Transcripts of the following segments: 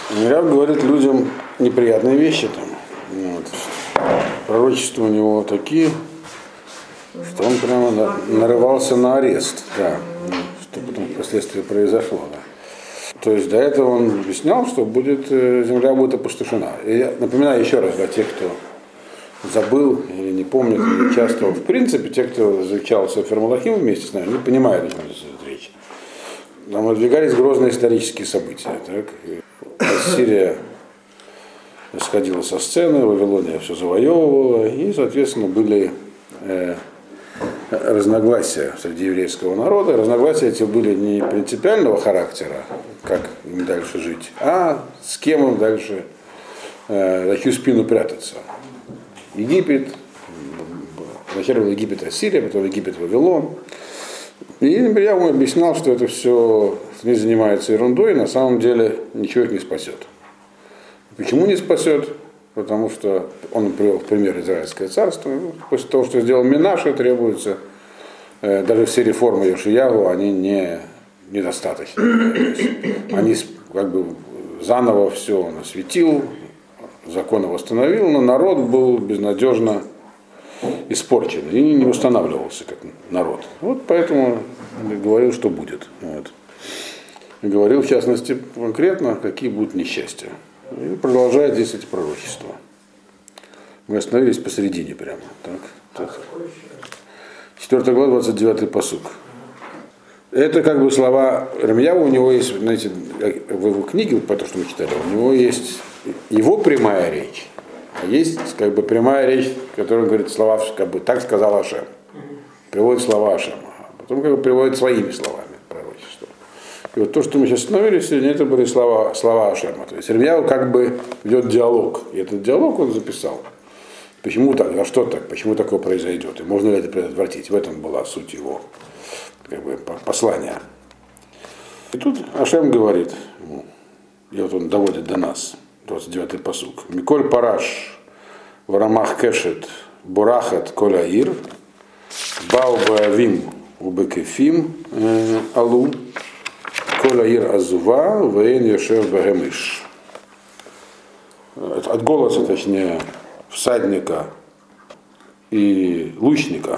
Миряв говорит людям неприятные вещи там. Вот. Пророчества у него такие, что он прямо нарывался на арест, да, что потом впоследствии произошло. Да. То есть до этого он объяснял, что земля будет опустошена. И я напоминаю еще раз для тех, кто забыл или не помнит, или не участвовал. В принципе, те, кто изучал Сефер Малахим вместе с нами, не понимают, о чем здесь идет речь. Там выдвигались грозные исторические события. Так? Ассирия сходила со сцены, Вавилония все завоевывала, и, соответственно, были разногласия среди еврейского народа. Разногласия эти были не принципиального характера, как им дальше жить, а с кем им дальше за чью спину прятаться. Египет, сначала был Египет Ассирия, потом Египет Вавилон. И я ему объяснял, что это все не занимается ерундой, и на самом деле ничего их не спасет. Почему не спасет? Потому что он привел в пример Израильское царство. После того, что сделал Минаше, требуется, даже все реформы Йошиягу, они недостаточны. Они как бы заново все он осветил, законы восстановил, но народ был безнадежно испорчен и не устанавливался как народ. Вот поэтому говорил, что будет. Вот. И говорил, в частности, конкретно, какие будут несчастья. И продолжает здесь эти пророчества. Мы остановились посередине прямо. Так. 4 глава, 29 пасук. Это как бы слова Ирмияу, у него есть, знаете, в его книге, по тому, что мы читали, у него есть его прямая речь, а есть как бы прямая речь, которая говорит слова, как бы так сказал Ашем. Приводит слова Ашема. А потом как бы приводит своими словами пророчество. И вот то, что мы сейчас остановились, это были слова Ашема. То есть Ирмияу как бы ведет диалог. И этот диалог он записал. Почему так? А что так? Почему такое произойдет? И можно ли это предотвратить? В этом была суть его как бы послания. И тут Ашем говорит, и вот он доводит до нас, 29-й пасук. Миколь параш варамах кешет бурахат коля ир бау баавим убекефим алу коля ир азува вейн йошев багемиш. От голоса, точнее, всадника и лучника.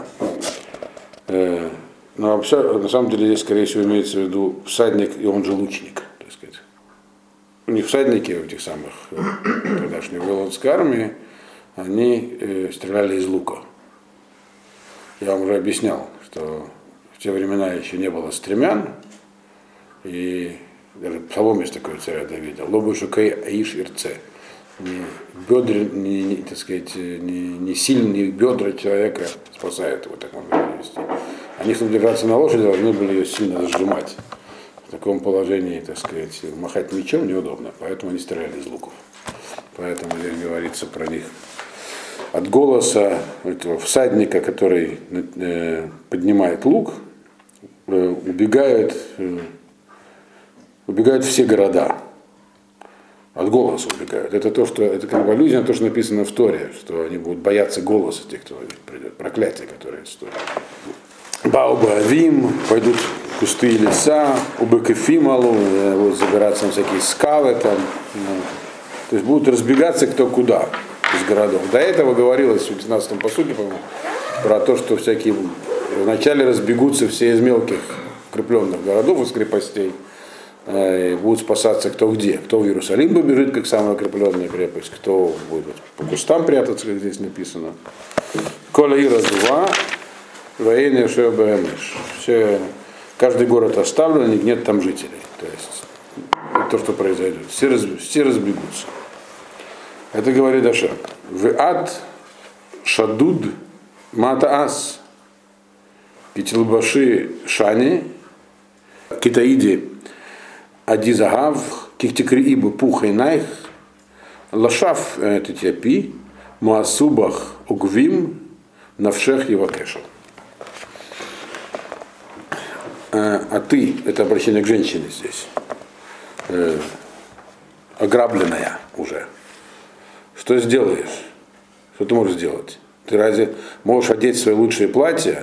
Но вообще, на самом деле, здесь, скорее всего, имеется в виду всадник, и он же лучник, так сказать. У них всадники, у этих самых тогдашней вавилонской армии, они стреляли из лука. Я вам уже объяснял, что в те времена еще не было стремян, и даже в псаломе есть такой царя Давида, лобу шукай аиш ирце. Так сказать, не сильные бедра человека спасают его, так можно перевести. Они, чтобы держаться на лошади, должны были ее сильно сжимать. В таком положении, так сказать, махать мечом неудобно, поэтому они стреляли из луков. Поэтому здесь говорится про них. От голоса этого всадника, который поднимает лук, убегают все города. От голоса убегают. Это как бы аллюзия на то, что написано в Торе, что они будут бояться голоса тех, кто придет. Проклятие, которое стоит. Баубавим, пойдут в кусты и леса, убекефималу, будут забираться на всякие скалы там. То есть будут разбегаться кто куда из городов. До этого говорилось в 19-м пасуке, по-моему, про то, что всякие вначале разбегутся все из мелких укрепленных городов, из крепостей, и будут спасаться кто где. Кто в Иерусалим побежит, как самая укрепленная крепость, кто будет по кустам прятаться, как здесь написано. Коля Ира Зува, военные все, каждый город оставлен, нет там жителей. То есть это то, что произойдет. Все разбегутся. Это говорит Ашем. В ад шадуд матаас китилбаши шани китаиди адизагав киктикриибу пухайнайх лашав тетяпи маасубах угвим навшех евакешу. А ты, это обращение к женщине здесь, ограбленная уже. Что сделаешь? Что ты можешь сделать? Ты разве можешь одеть свои лучшие платья?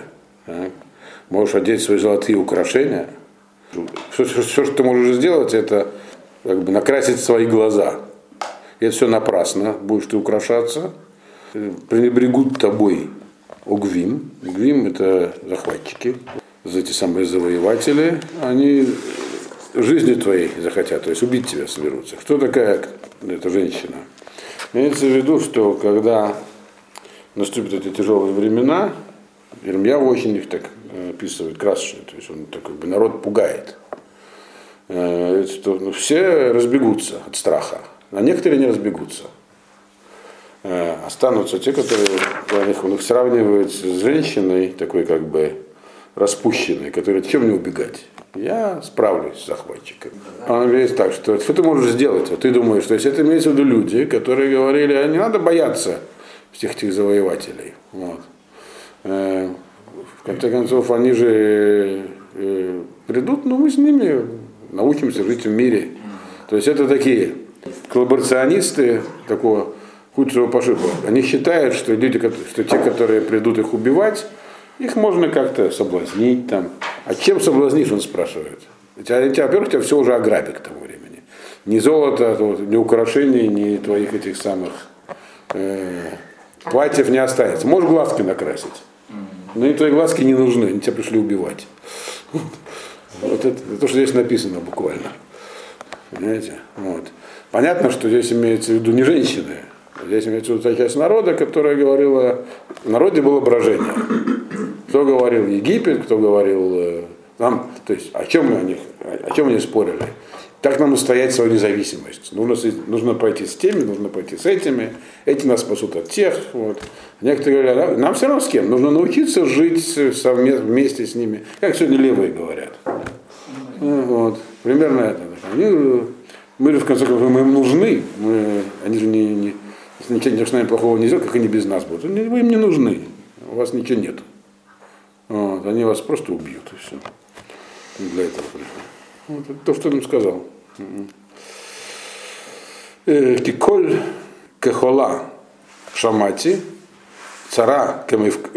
Можешь одеть свои золотые украшения? Все, что ты можешь сделать, это как бы накрасить свои глаза. И это все напрасно, будешь ты украшаться. Пренебрегут тобой Угвим. Угвим — это захватчики, эти самые завоеватели. Они жизни твоей захотят, то есть убить тебя соберутся. Кто такая эта женщина? Имеется в виду, что когда наступят эти тяжелые времена, Ирмияу очень их так описывает красочно, то есть он такой бы народ пугает. Все разбегутся от страха, а некоторые не разбегутся. Останутся те, которые он их сравнивают с женщиной, такой как бы распущенной, которая чем не убегать. Я справлюсь с захватчиком. Он говорит так, что ты можешь сделать? Вот ты думаешь, то есть это имеется в виду люди, которые говорили, не надо бояться всех этих завоевателей. Вот. В конце концов, они же придут, но мы с ними научимся жить в мире. То есть это такие коллаборационисты такого худшего пошиба. Они считают, что люди, что те, которые придут их убивать, их можно как-то соблазнить там. А чем соблазнишь, он спрашивает. Во-первых, тебя все уже ограбят к тому времени. Ни золота, ни украшений, ни твоих этих самых платьев не останется. Можешь глазки накрасить. Но и твои глазки не нужны, они тебя пришли убивать. Вот это то, что здесь написано буквально. Понимаете? Вот. Понятно, что здесь имеется в виду не женщины. Здесь имеется в виду та часть народа, которая говорила, в народе было брожение. Кто говорил Египет, кто говорил нам, то есть о чем они спорили. Так нам устоять свою независимость. Нужно пойти с теми, нужно пойти с этими. Эти нас спасут от тех. Вот. Некоторые говорят, нам все равно с кем. Нужно научиться жить вместе с ними. Как сегодня левые говорят. Вот. Примерно это. Мы же в конце концов им нужны. Они же ничего с нами плохого не сделают, как они без нас будут. Вы им не нужны. У вас ничего нет. Вот. Они вас просто убьют. И все. Для этого пришли. Вот, это то, что он им сказал. Киколь кехола шамати, цара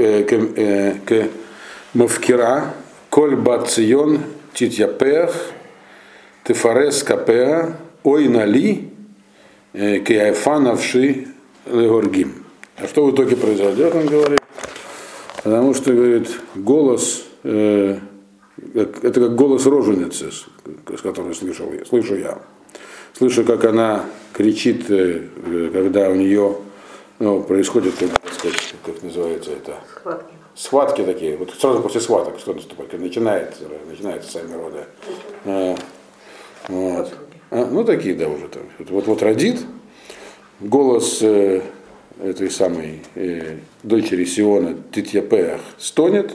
кемавкира, коль бацион титьяпех, тефарес капеа, ой нали, кеайфанавши легоргим. А что в итоге произойдет, он говорит? Потому что, говорит, голос, это как голос роженицы, с которой слышу я. Слышу, как она кричит, когда у нее происходит, как называется это? Схватки. Схватки такие. Вот сразу после схваток, что наступает, когда начинаются сами роды. Вот. Ну, такие, да, уже там. Вот родит, голос этой самой дочери Сиона Титьяпеах стонет,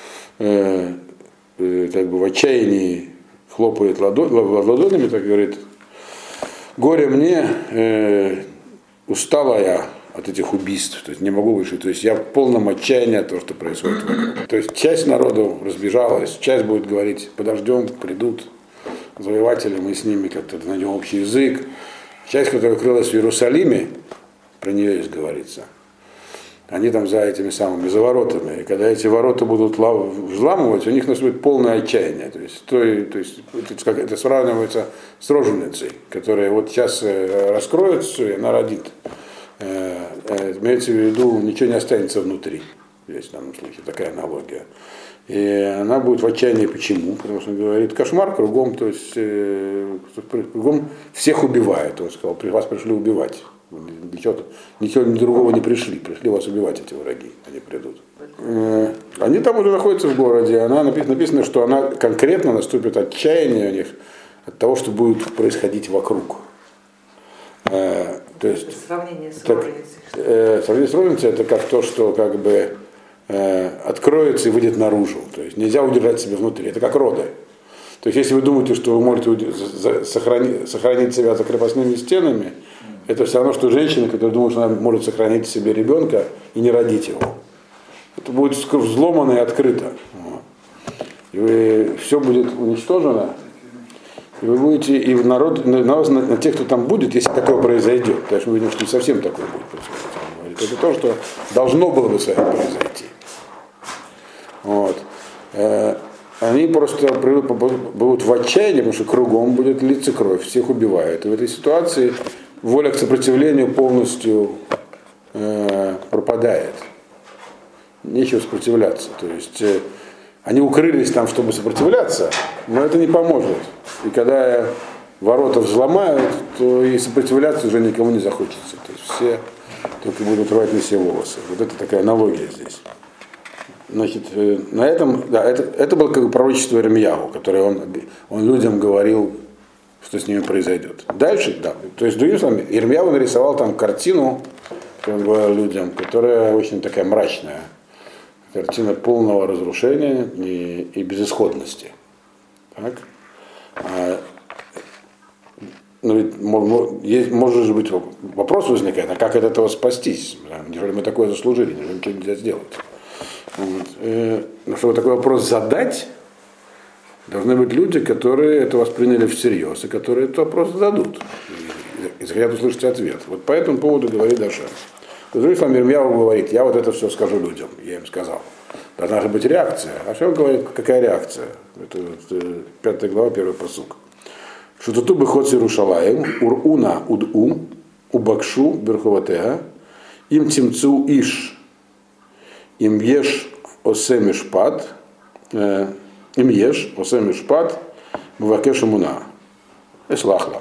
как бы в отчаянии хлопает ладонями, так говорит, горе мне, устала я от этих убийств, то есть не могу выжить, то есть я в полном отчаянии от того, что происходит вокруг. То есть часть народу разбежалась, часть будет говорить, подождем, придут завоеватели, мы с ними как-то найдем общий язык. Часть, которая крылась в Иерусалиме, про нее здесь говорится, они там за этими самыми, за воротами. И когда эти ворота будут взламывать, у них наступит полное отчаяние. То есть это сравнивается с роженицей, которая вот сейчас раскроется, и она родит. Имеется в виду, ничего не останется внутри. Здесь в данном случае такая аналогия. И она будет в отчаянии. Почему? Потому что он говорит, кошмар кругом, то есть кругом всех убивают. Он сказал, вас пришли убивать. Ничего другого не пришли вас убивать, эти враги, они придут. Они там уже находятся в городе, написано, что она конкретно наступит отчаяние у них от того, что будет происходить вокруг. То есть, сравнение с роженицей. Сравнение с роженицей это как то, что как бы откроется и выйдет наружу. То есть нельзя удержать себя внутри. Это как роды. То есть если вы думаете, что вы можете сохранить себя за крепостными стенами, это все равно, что женщина, которая думает, что она может сохранить себе ребенка и не родить его. Это будет взломано и открыто. И все будет уничтожено. И вы будете, и народ, на тех, кто там будет, если такое произойдет, потому что мы видим, что не совсем такое будет происходить. Это то, что должно было бы с вами произойти. Вот. они просто будут в отчаянии, потому что кругом будет литься кровь, всех убивают. И в этой ситуации воля к сопротивлению полностью пропадает. Нечего сопротивляться. То есть они укрылись там, чтобы сопротивляться, но это не поможет. И когда ворота взломают, то и сопротивляться уже никому не захочется. То есть все только будут рвать на себе волосы. Вот это такая аналогия здесь. Значит, на этом, да, это было как бы пророчество Ирмияу, которое он людям говорил, что с ними произойдет. Дальше, да, то есть, другими словами, Ирмияу нарисовал там картину как бы, людям, которая очень такая мрачная. Картина полного разрушения и безысходности. Так? Но ведь может же быть вопрос возникает, а как от этого спастись? Неужели мы такое заслужили, неужели ничего нельзя сделать? Вот. Но чтобы такой вопрос задать, должны быть люди, которые это восприняли всерьез, и которые этот вопрос зададут. И захотят услышать ответ. Вот по этому поводу говорит Ашем. Другими словами, Ирмияу говорит, я вот это все скажу людям, я им сказал. Должна же быть реакция. Ашем говорит, какая реакция? Это 5 глава, 1 пасук. Шутуту бихот Иерушалаим, уруна уду, убакшу берховатега, им тимцу иш, им еш осе мишпат, мвакеш муна. Эслахла.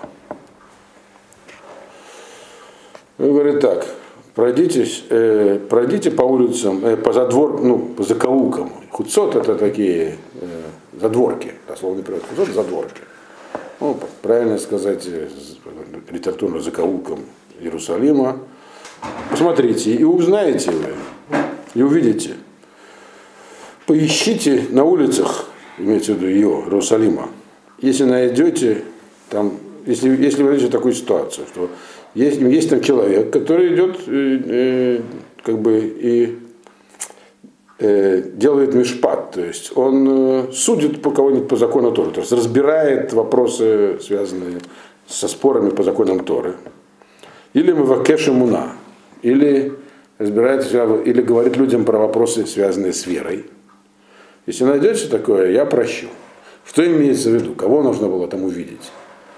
Он говорит так, пройдите по улицам, по закоулкам. Хуцот это такие задворки, дословный перевод. Хуцот задворки. Ну, правильно сказать, литературно закоулкам Иерусалима. Посмотрите и узнаете вы, и увидите. Поищите на улицах, имеется в виду ее, Иерусалима, если найдете там, если вы найдете такую ситуацию, что есть там человек, который идет как бы и делает мишпат, то есть он судит по кого-нибудь по закону Торы, то есть разбирает вопросы, связанные со спорами по законам Торы. Или мевакеш эмуна, или разбирается, или говорит людям про вопросы, связанные с верой. Если найдете такое, я прощу. Что имеется в виду? Кого нужно было там увидеть?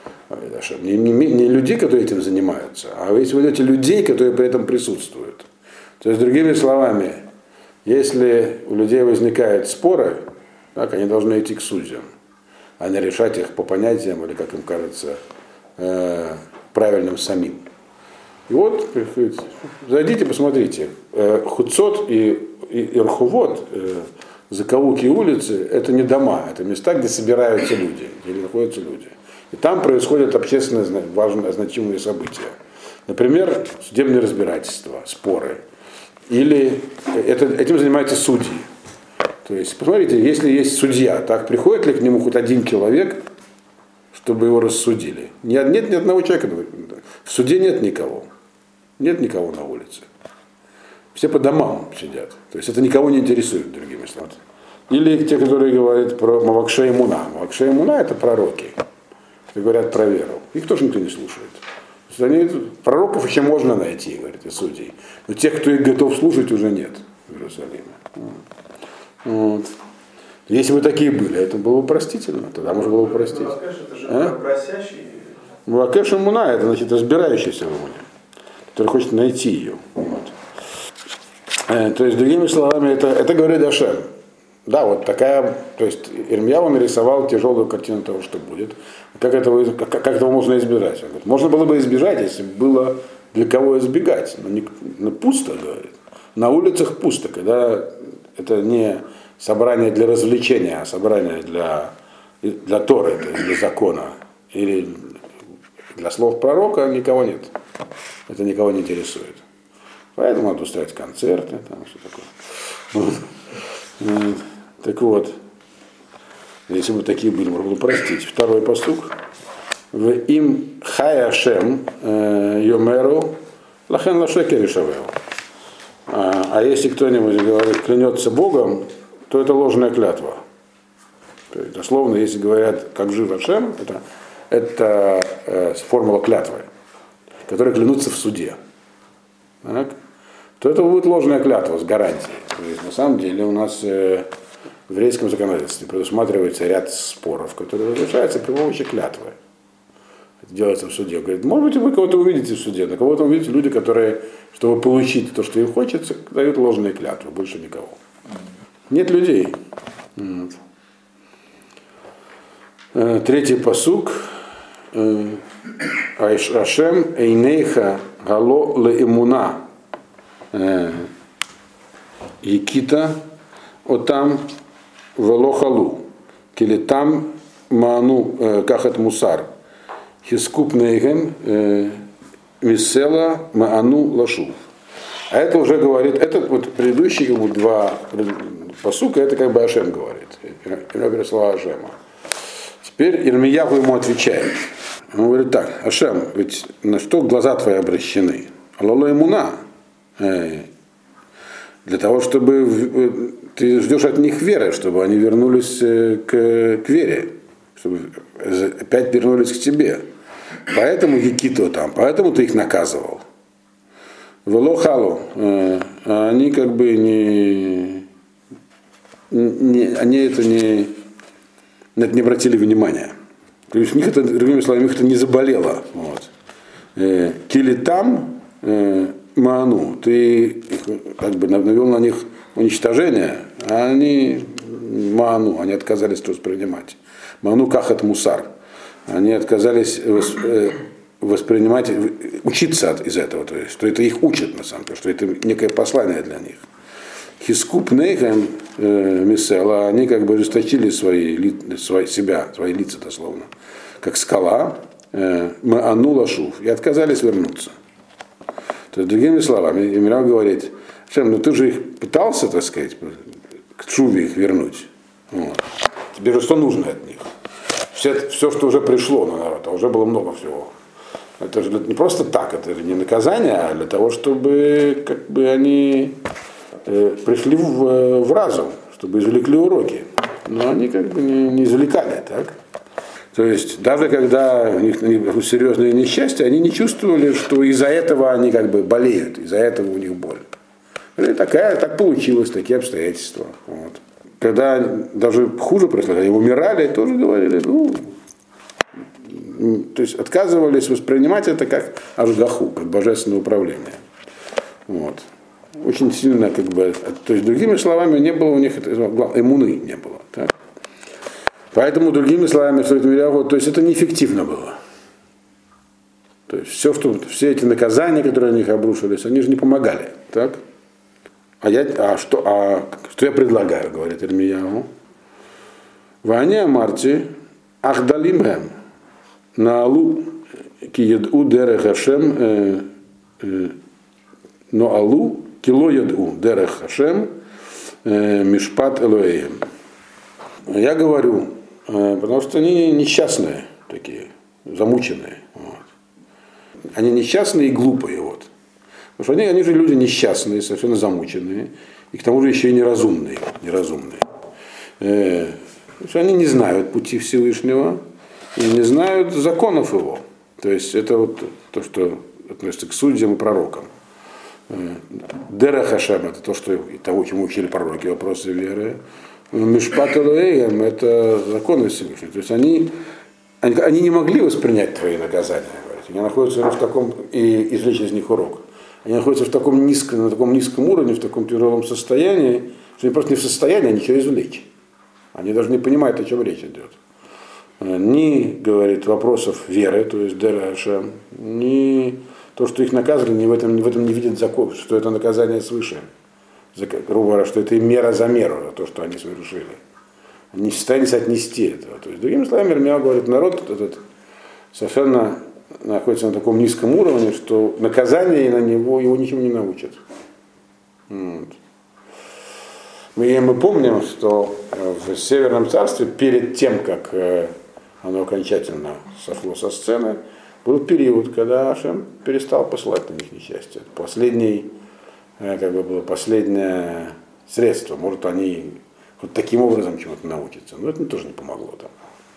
Не людей, которые этим занимаются, а если вы найдете людей, которые при этом присутствуют. То есть, другими словами, если у людей возникают споры, так, они должны идти к судьям, а не решать их по понятиям или, как им кажется, правильным самим. И вот, зайдите, посмотрите, Хуцот и Ирхувот, закоулки улицы, это не дома, это места, где собираются люди, где находятся люди. И там происходят общественно важные, значимые события. Например, судебные разбирательства, споры. Или этим занимаются судьи. То есть, посмотрите, если есть судья, так приходит ли к нему хоть один человек, чтобы его рассудили? Нет ни одного человека. В суде нет никого. Нет никого на улице. Все по домам сидят. То есть это никого не интересует, другими словами. Или те, которые говорят про Мавакшей Муна. Мавакшей Муна это пророки, которые говорят про веру. Их тоже никто не слушает. Пророков еще можно найти, говорят, и судей. Но тех, кто их готов слушать, уже нет в Иерусалиме. Вот. Если бы такие были, это было бы простительно. Тогда можно было бы простить. Мавакеш Муна это значит разбирающийся в уме, который хочет найти ее. Вот. То есть, другими словами, это говорит Ашем. Да, вот такая, то есть Ирмияу нарисовал тяжелую картину того, что будет. Как этого можно избежать? Он говорит, можно было бы избежать, если бы было для кого избегать. Но пусто, говорит. На улицах пусто, когда это не собрание для развлечения, а собрание для Торы, для закона. Или для слов пророка никого нет. Это никого не интересует. Поэтому надо устраивать концерты, там все такое. Вот. Так вот, если бы такие были, можно было простить. Второй пастух. В им хаяшем йомеру лахен лашекер ишавеу. А если кто-нибудь говорит, клянется Богом, то это ложная клятва. То есть, дословно, если говорят, как жив Ашем, это формула клятвы, которые клянутся в суде. Так? То это будет ложная клятва с гарантией. То есть, на самом деле у нас в еврейском законодательстве предусматривается ряд споров, которые разрешаются при помощи клятвы. Это делается в суде. Говорит, может быть, вы кого-то увидите в суде, но кого-то увидите люди, которые, чтобы получить то, что им хочется, дают ложные клятвы, больше никого. Нет людей. Вот. Третий пасук. Ашем эйнейха гало леэмуна якита отам велохалу килитам ману кахат мусар хискуп нейгем мисела ману лашу. А это уже говорит, это вот предыдущие два пасука, это как бы Ашем говорит. Первые слова Ашема. Теперь Ирмияху ему отвечает. Он говорит так, Ашем, ведь на что глаза твои обращены? Алло имуна. Для того, чтобы ты ждешь от них веры, чтобы они вернулись к вере, чтобы опять вернулись к тебе. Поэтому Якито там, поэтому ты их наказывал. Велохалу, они как бы они это на это не обратили внимания. То есть у них это, другими словами, их это не заболело. Вот. Кили там Маану, ты как бы навел на них уничтожение, а они Маану, они отказались это воспринимать. Маану кахат мусар. Они отказались воспринимать, учиться из этого, то есть, что это их учат на самом деле, что это некое послание для них. Хискуп нейхем мисела, они как бы ожесточили свои лица дословно, как скала, маану лашув, и отказались вернуться. То есть, другими словами, Ирмияху говорит, Шем, ну ты же их пытался, так сказать, к Тшуве их вернуть. Вот. Тебе же что нужно от них? Все, что уже пришло на народ, а уже было много всего. Это же не просто так, это же не наказание, а для того, чтобы как бы они пришли в разум, чтобы извлекли уроки. Но они как бы не извлекали, так? То есть даже когда у них серьезные несчастья, они не чувствовали, что из-за этого они как бы болеют, из-за этого у них боль. Так получилось, такие обстоятельства. Вот. Когда даже хуже происходило, они умирали, тоже говорили, то есть отказывались воспринимать это как ашгаху, как божественное управление. Вот. Очень сильно, как бы, то есть, другими словами, не было у них эмуны не было. Так? Поэтому, другими словами, то есть это неэффективно было. То есть все эти наказания, которые на них обрушились, они же не помогали. Так? Что я предлагаю, говорит Ирмияху. Ваня Марти Ахдалимэм Наалу Киеду Дерех Хашем Ноалу Кило Еду Дерех Хашем Мишпат Элоэем. Я говорю, потому что они несчастные такие, замученные. Вот. Они несчастные и глупые. Вот. Потому что они же люди несчастные, совершенно замученные, и к тому же еще и неразумные. Они не знают пути Всевышнего и не знают законов его. То есть это вот то, что относится к судьям и пророкам. Дера Хашем это то, что того, чему учили пророки, вопросы веры. Мишпат Элоэем это законы Всевышнего. То есть они не могли воспринять твои наказания. Они находятся в таком и извлечь из них урок. Они находятся на таком низком уровне, в таком тяжелом состоянии, что они просто не в состоянии ничего извлечь. Они даже не понимают, о чем речь идет. Ни, говорит, вопросов веры, то есть Дера Ашем, ни то, что их наказывали, в этом не видят закон, что это наказание свыше. Грубо говоря, что это и мера за меру, за то, что они совершили. Они не в состоянии соотнести этого. То есть, другими словами, Ирмияху говорит, народ этот совершенно находится на таком низком уровне, что наказание на него его ничему не научат. Вот. Мы помним, что в Северном царстве перед тем, как оно окончательно сошло со сцены, был период, когда Ашем перестал посылать на них несчастье. Было последнее средство. Может, они вот таким образом чего-то научатся. Но это тоже не помогло там.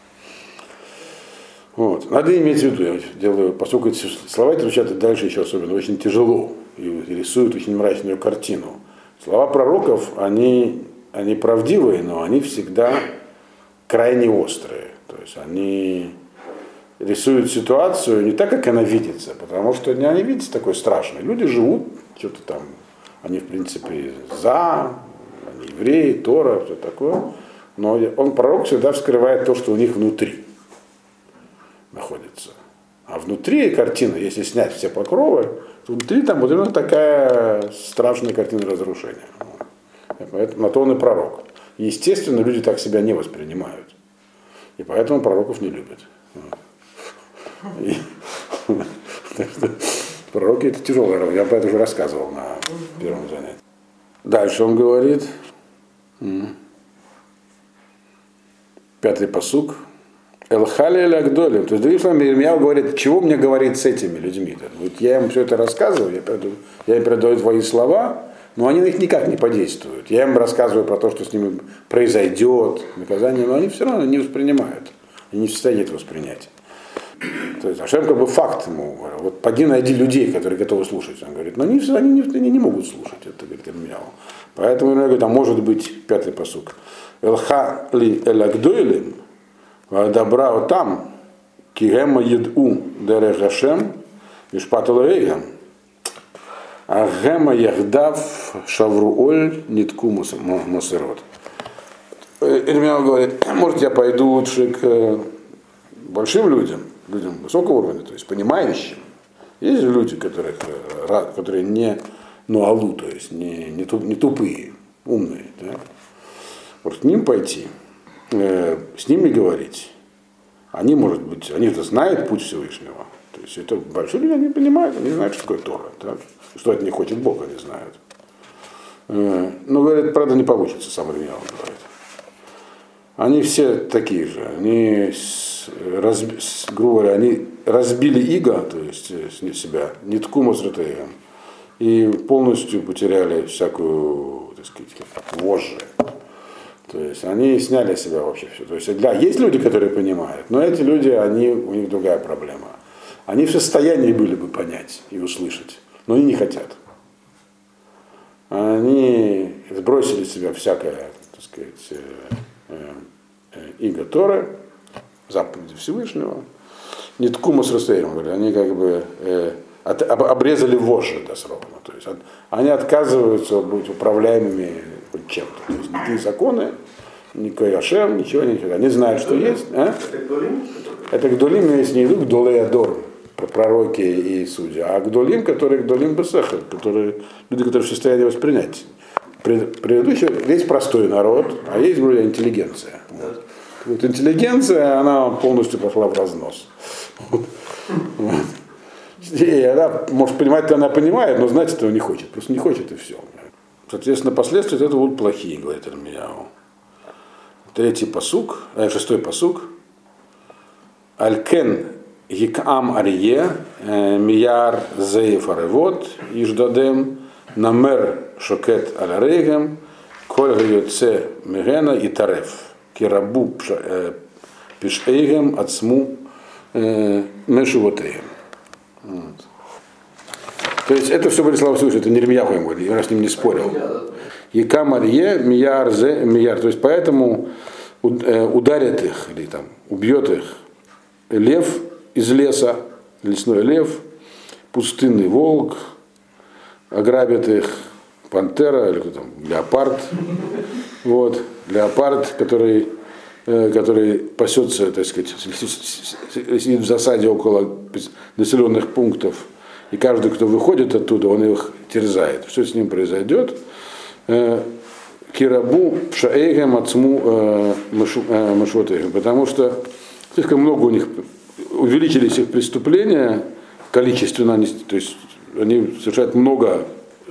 Вот. Надо иметь в виду, я делаю, поскольку эти слова звучат дальше еще особенно очень тяжело и рисуют очень мрачную картину. Слова пророков, они они правдивые, но они всегда крайне острые. То есть они рисуют ситуацию не так, как она видится, потому что они видятся такой страшной. Люди живут, что-то там, они в принципе они евреи, Тора, все такое. Но пророк всегда вскрывает то, что у них внутри находится. А внутри картины, если снять все покровы, то внутри там вот именно такая страшная картина разрушения. Поэтому на то он и пророк. Естественно, люди так себя не воспринимают. И поэтому пророков не любят. Пророки это тяжелая работа. Я про это уже рассказывал на первом занятии. Дальше он говорит. 5-й пасук. Элхали элагдолим. То есть, другими словами, Ирмияу говорит, чего мне говорить с этими людьми? Вот я им все это рассказываю, я им передаю твои слова, но они на них никак не подействуют. Я им рассказываю про то, что с ними произойдет, наказание, но они все равно не воспринимают. Они не в состоянии это воспринять. То есть Ашем как бы факт ему говорил. Вот поди найди людей, которые готовы слушать. Он говорит, но они не могут слушать. Это говорит Ирмияу. Поэтому он говорит, а может быть, 5-й пасук. Элха ли элагдойлим, добра там, кигема еду дерех Ашем, мишпат элоэйгам, а гема яхдав шавруоль нитку мусерот. Ирмияу говорит, может я пойду лучше к большим людям высокого уровня, то есть понимающим. Есть же люди, которые не нуалу, то есть не тупые, умные. Да? Вот к ним пойти, с ними говорить. Они, может быть, они-то знают путь Всевышнего. То есть это большие люди, они понимают, они знают, что такое Тора. Так? Что от них хочет Бог, они знают. Но, говорит, правда, не получится, сам Ирмияу говорит. Они все такие же. Они, грубо говоря, они разбили иго, то есть себя, ниткума с ретеем, и полностью потеряли всякую, так сказать, вожжи. То есть они сняли с себя вообще все. То есть, да, есть люди, которые понимают, но эти люди, у них другая проблема. Они в состоянии были бы понять и услышать, но они не хотят. Они сбросили с себя всякое, так сказать, иго Торы, заповеди Всевышнего. Ниткума с Росеем, они как бы обрезали вожжи дословно. То есть они отказываются быть управляемыми хоть чем-то. То есть никакие законы, никакой Ашем, ничего не хотят. Они знают, что есть. А? Это Гдолим, имеется не в виду Гдолей Адор, пророки и судьи, а Гдолим, которые Гдолим Бесехер, люди, которые в состоянии воспринять. Предыдущий весь простой народ, а есть более интеллигенция. Вот интеллигенция, она полностью пошла в разнос. И она, может понимать, она понимает, но знать этого не хочет. Просто не хочет и все. Соответственно, последствия от этого будут плохие, говорит Ирмияу. 6-й пасук. Алькен гикам арье мияр зеев аревот иждадем намер шокет алярегем коль гайоце мегена и тареф кирабу пишейгем отсму мешувотеем. То есть это все были слова Всевышнего, это не Ирмияу ему говорит, я с ним не спорил. Якам арье мияр зе мияр, то есть поэтому ударит их или там убьет их лев из леса, лесной лев, пустынный волк, ограбит их пантера или кто там, леопард. Вот, леопард, который пасется, так сказать, сидит в засаде около населенных пунктов, и каждый, кто выходит оттуда, он их терзает. Что с ним произойдет? Кирабу пшаэйгем отсму машвотэйгем, потому что слишком много у них увеличились их преступления количественно, то есть они совершают много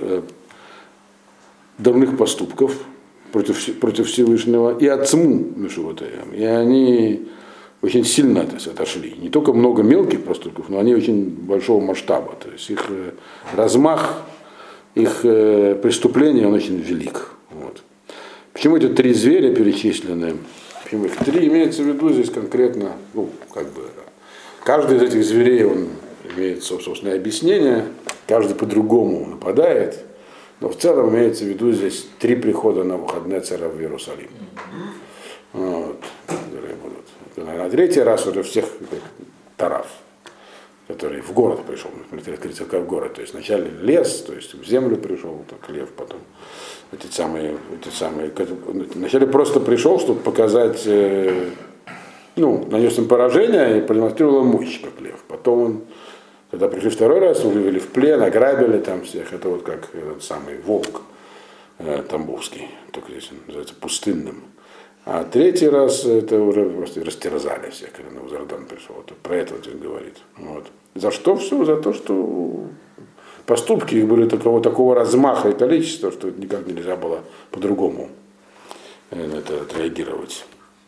дурных поступков против Всевышнего и отцму Мешувотеям. И они очень сильно отошли. Не только много мелких поступков, но они очень большого масштаба. То есть их размах, их преступления, он очень велик. Вот. Почему эти 3 зверя перечислены? Почему их 3 имеется в виду здесь конкретно? Каждый из этих зверей, он имеет собственное объяснение, каждый по-другому нападает. Но в целом имеется в виду здесь 3 прихода Навуходоносора в Иерусалим. Вот, которые будут. На 3-й раз уже всех тараф, который в город пришел, открытие как в город. То есть вначале лес, то есть в землю пришел, так лев, потом эти самые, вначале просто пришел, чтобы показать, нанес им поражение и продемонстрировал мощь, как лев. Потом он, когда пришли 2-й раз, вывели в плен, ограбили там всех, это вот как этот самый волк тамбовский, только здесь он называется пустынным. А 3-й раз это уже просто растерзали всех, когда Навузардан пришел. Вот про это вот он говорит. Вот. За что все? За то, что поступки их были такого размаха и количества, что никак нельзя было по-другому на это отреагировать.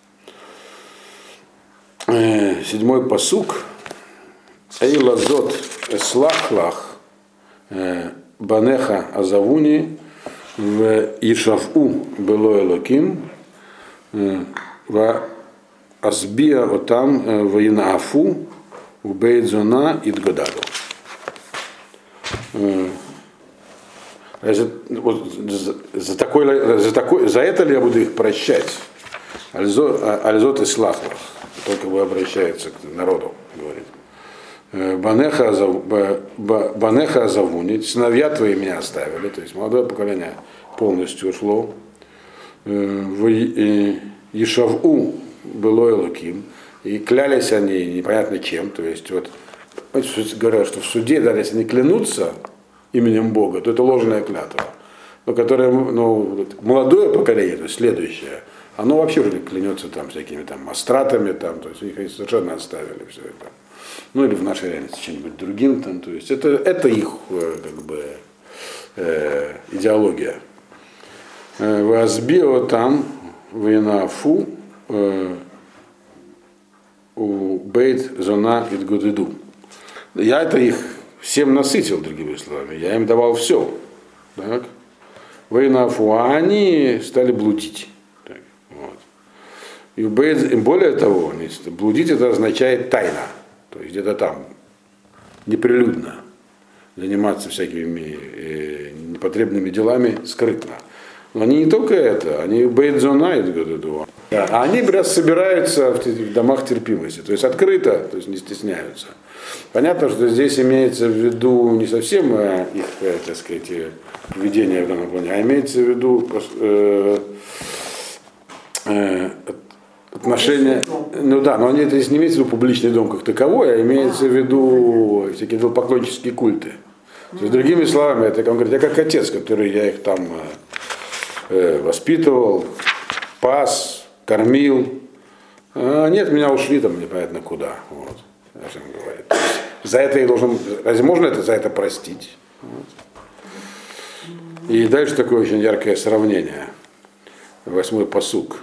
7-й пасук. Эй лазот эслахлах банеха азавуни в ишаву было элоким в азбия отам в инафу в бейдзона идгодаду. За это ли я буду их прощать? Альзот и слахлах. Только вы обращается к народу, говорит. Банеха азавуни, сыновья твои меня оставили, то есть молодое поколение полностью ушло. В Ешаву было Элоким, и клялись они непонятно чем, то есть вот говорят, что в суде, даже если они клянутся именем Бога, то это ложная клятва. Но которое, молодое поколение, то есть следующее, оно вообще уже клянется там всякими там астратами, там, то есть их совершенно оставили все это. Ну или в нашей реальности чем-нибудь другим, там, то есть это их как бы идеология. В Азбио там, в Инафу, у Бейт Зона Идгудиду. Я это их всем насытил, другими словами. Я им давал все. Так? В Инафу, а они стали блудить. Так, вот. И более того, блудить это означает тайна. То есть где-то там, неприлюдно, заниматься всякими непотребными делами скрытно. Но они не только это, они бейдзона, а они собираются в домах терпимости, то есть открыто, то есть не стесняются. Понятно, что здесь имеется в виду не совсем их, так сказать, поведение в данном плане, а имеется в виду отношения, но они это не имеется в виду публичный дом как таковой, а имеется в виду всякие идолопоклоннические культы. То есть, другими словами, это, он говорит, я как отец, который я их там воспитывал, пас, кормил. А нет, меня ушли там непонятно куда. Вот. Говорит. За это я должен. Разве можно это за это простить? Вот. И дальше такое очень яркое сравнение. 8-й пасук.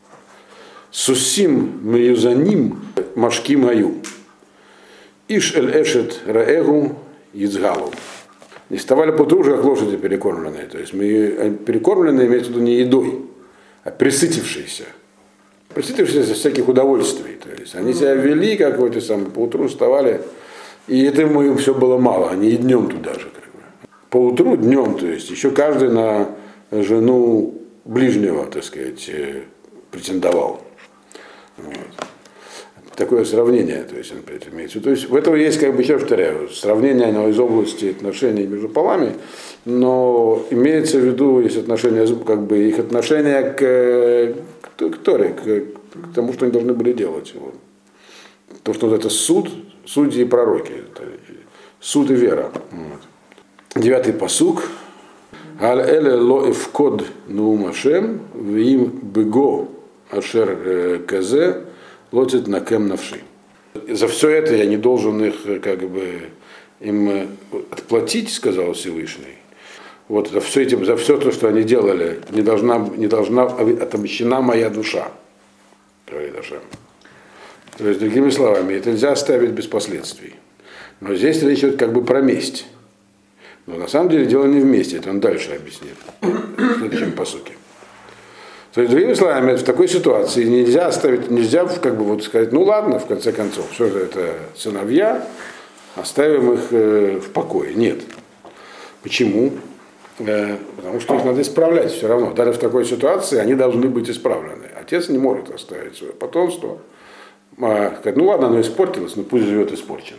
Сусим меюзаним машки мою. Иш эль эшет раэгу ицгалу. И вставали поутру уже как лошади перекормленные. То есть мы перекормленные имеется в виду не едой, а присытившиеся. Присытившиеся из всяких удовольствий. То есть они себя вели, как вот эти самые, поутру вставали, и этому им все было мало, они и днем туда же. Как бы. Поутру, днем, то есть еще каждый на жену ближнего, так сказать, претендовал. Вот. Такое сравнение, то есть, имеется. То есть в этом есть, как бы, еще повторяю, сравнение оно из области отношений между полами, но имеется в виду есть отношения, как бы, их отношение к Торе, к тому, что они должны были делать. Вот. То, что вот это суд, судьи и пророки, это суд и вера. Вот. 9-й пасук. Аль эле ло эвкод нуум Ашем, вим бего ашер казе, лотит на кем навши. За все это я не должен их, как бы, им отплатить, сказал Всевышний. Вот за все то, что они делали, не должна отомщена моя душа. Говорит Ашем. То есть, другими словами, это нельзя оставить без последствий. Но здесь речь идет как бы про месть. Но на самом деле дело не в мести, это он дальше объяснит. В следующем пасуке. То есть, другими словами, в такой ситуации нельзя оставить, нельзя как бы вот сказать, ну ладно, в конце концов, все же это сыновья, оставим их в покое. Нет. Почему? Потому что их надо исправлять все равно. Даже в такой ситуации они должны быть исправлены. Отец не может оставить свое потомство. Сказать, ну ладно, оно испортилось, но пусть живет испорченным.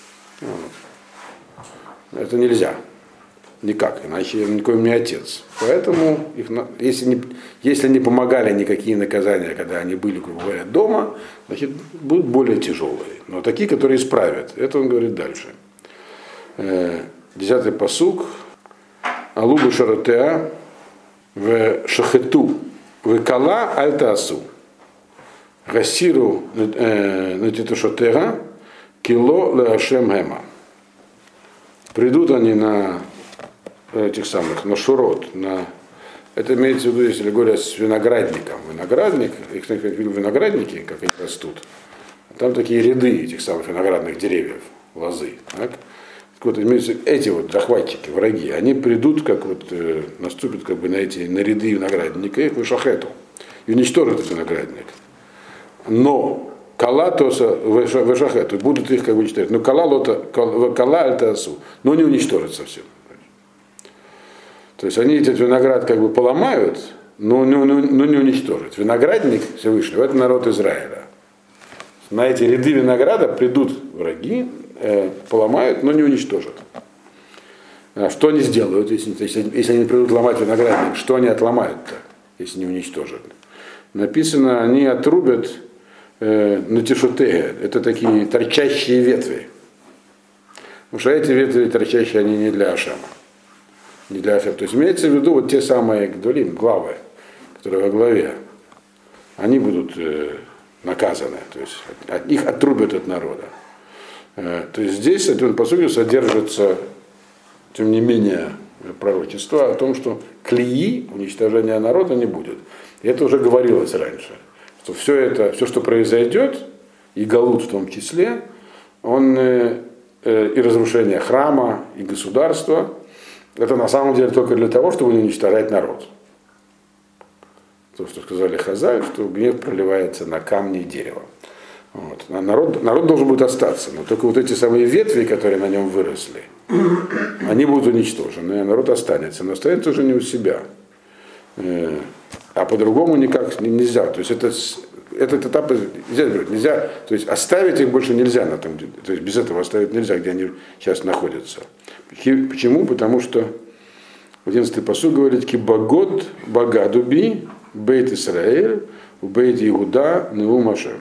Вот. Это нельзя. Никак, иначе никакой не отец. Поэтому, если не помогали никакие наказания, когда они были, грубо говоря, дома, значит, будут более тяжелые. Но такие, которые исправят. Это он говорит дальше. 10-й пасук. Алубу шаротеа в шахету в кала альтасу. Гасиру натитушотега кило леашем гема. Придут они на этих самых, на шурот, это имеется в виду, если говорят с виноградником. Виноградник, их виноградники, как они растут, там такие ряды этих самых виноградных деревьев, лозы. Так? Вот, эти вот захватчики, враги, они придут, как вот наступят как бы на ряды виноградника, их вышахету, и уничтожат этот виноградник. Но калатоса вышахету, будут их как бы читать, но кала альтасу, но не уничтожат совсем. То есть они этот виноград как бы поломают, но не уничтожат. Виноградник Всевышнего — это народ Израиля. На эти ряды винограда придут враги, поломают, но не уничтожат. Что они сделают, если они придут ломать виноградник, что они отломают-то, если не уничтожат? Написано, они отрубят натишутеге, это такие торчащие ветви. Потому что эти ветви торчащие, они не для Ашема. Не для Ашема. То есть имеется в виду вот те самые главы, которые во главе, они будут наказаны, то есть от них отрубят от народа. То есть здесь, по сути, содержится, тем не менее, пророчество о том, что клеи, уничтожения народа, не будет. И это уже говорилось раньше, что все, что произойдет, и Галут в том числе, и разрушение храма, и государства, это на самом деле только для того, чтобы не уничтожать народ. То, что сказали Хазаль, что гнев проливается на камни и дерево. Вот. А народ должен будет остаться, но только вот эти самые ветви, которые на нем выросли, они будут уничтожены, а народ останется. Но останется уже не у себя. А по-другому никак нельзя. То есть этот этап нельзя, то есть оставить их больше нельзя, то есть без этого оставить нельзя, где они сейчас находятся. Почему? Потому что 11-й пасук говорит: «Кибагод багадуби бейт Исраэль, бейт Иуда неум Ашем».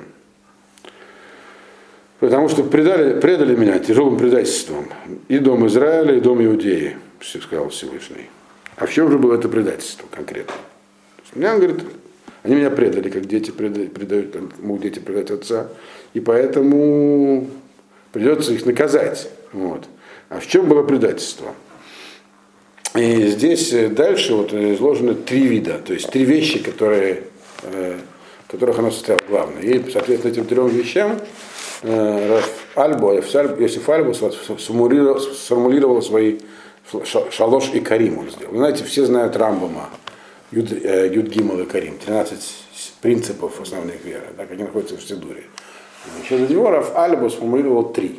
Потому что предали меня тяжелым предательством и дом Израиля, и дом Иудеи, сказал Всевышний. А в чем же было это предательство конкретно? Меня, он говорит, они меня предали, как дети могут дети предать отца, и поэтому придется их наказать. Вот. А в чем было предательство? И здесь дальше вот изложены 3 вида, то есть 3 вещи, которых оно состояло главное. И, соответственно, этим 3 вещам Йосиф Альбо сформулировал свои шалош и карим он сделал. Вы знаете, все знают Рамбама, Юд Гимел и Карим, 13 принципов основных веры, так, они находятся в Сидуре. Еще до него Раф Альбо сформулировал 3.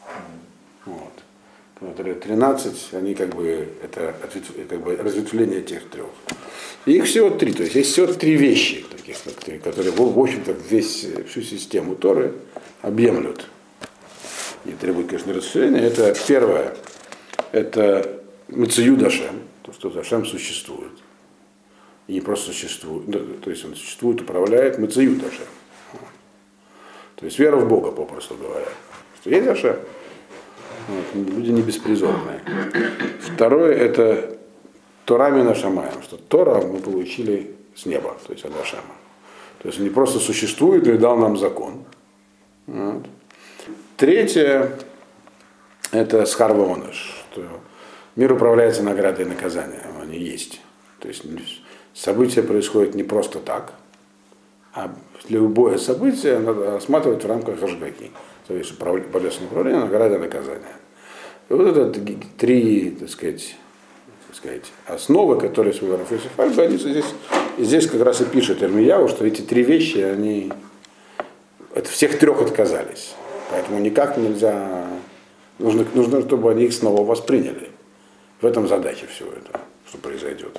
Вот. 13, они это разветвление тех 3. И их всего 3, то есть есть всего 3 вещи, таких, которые, в общем-то, всю систему Торы объемлют. И требуют, конечно, расширения. Это первое, это Мециюд Ашем, то, что Ашем существует. И не просто существует, то есть он существует, управляет Мециюд Ашем. То есть вера в Бога, попросту говоря. Что есть Ашем. Вот, люди не беспризорные. Второе, это Тора мина шамаем, что Тора мы получили с неба, то есть от Ашема. То есть он не просто существует, но и дал нам закон. Вот. Третье, это схар вооныш, что мир управляется наградой и наказанием, они есть. То есть события происходят не просто так, а любое событие надо рассматривать в рамках Ашгаки. То есть божественное управление, награда и наказание. И вот это 3, так сказать, основы, которые свой Йосиф Альбо, они здесь как раз и пишет Ирмияу, что эти 3 вещи, они от всех 3 отказались. Поэтому никак нельзя, нужно, чтобы они их снова восприняли. В этом задача всего этого. что произойдет.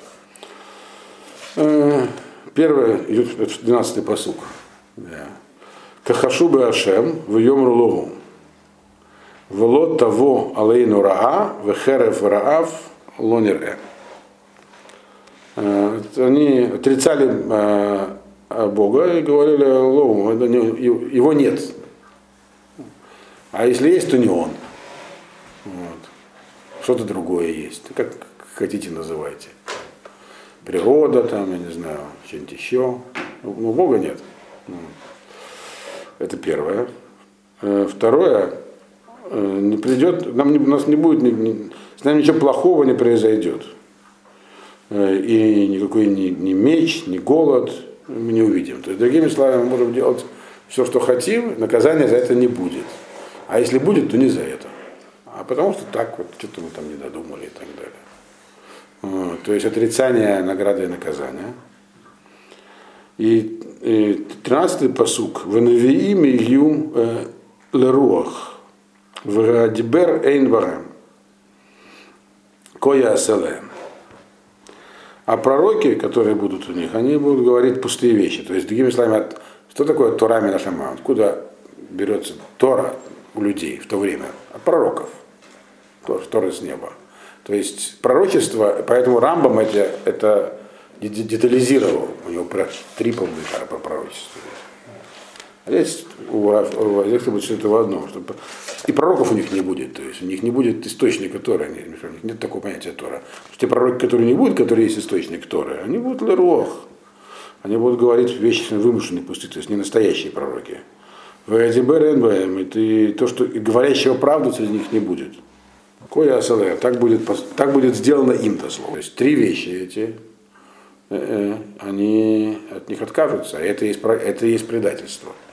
Первое, идет 12-й пасук. Кахашубы Ашем в Йомру Логу. Велот того алейну раа, вехерев раав лонер. Они отрицали Бога и говорили Логу, его нет. А если есть, то не он. Вот. Что-то другое есть. Как хотите называйте. Природа, там, я не знаю, что-нибудь еще. Но Бога нет. Это первое. Второе, не придет, у нас не будет, с нами ничего плохого не произойдет. И никакой ни меч, ни голод мы не увидим. То есть, другими словами, мы можем делать все, что хотим, наказания за это не будет. А если будет, то не за это. А потому что так вот, что-то мы там не додумали и так далее. То есть отрицание награды и наказания. И 13-й пасук. Венавиим ию леруах. Врадибер эйн варем. Коя аселем. А пророки, которые будут у них, они будут говорить пустые вещи. То есть, другими словами, что такое Тора Минашама? Откуда берется Тора у людей в то время? От пророков. Тора с неба. То есть пророчество, поэтому Рамбам это детализировал. У него 3 пара по пророчеству. А здесь здесь будет что-то в одном. Чтобы... И пророков у них не будет. То есть у них не будет источника Торы. У них нет такого понятия Тора. Те пророки, которые не будут, которые есть источник Торы, они будут леруах. Они будут говорить вещи вымышленные пустые, то есть не настоящие пророки. И то, что говорящего правду среди них не будет. Коя асалэ, так будет сделано им то слово. То есть 3 вещи эти, они от них откажутся, и это есть предательство.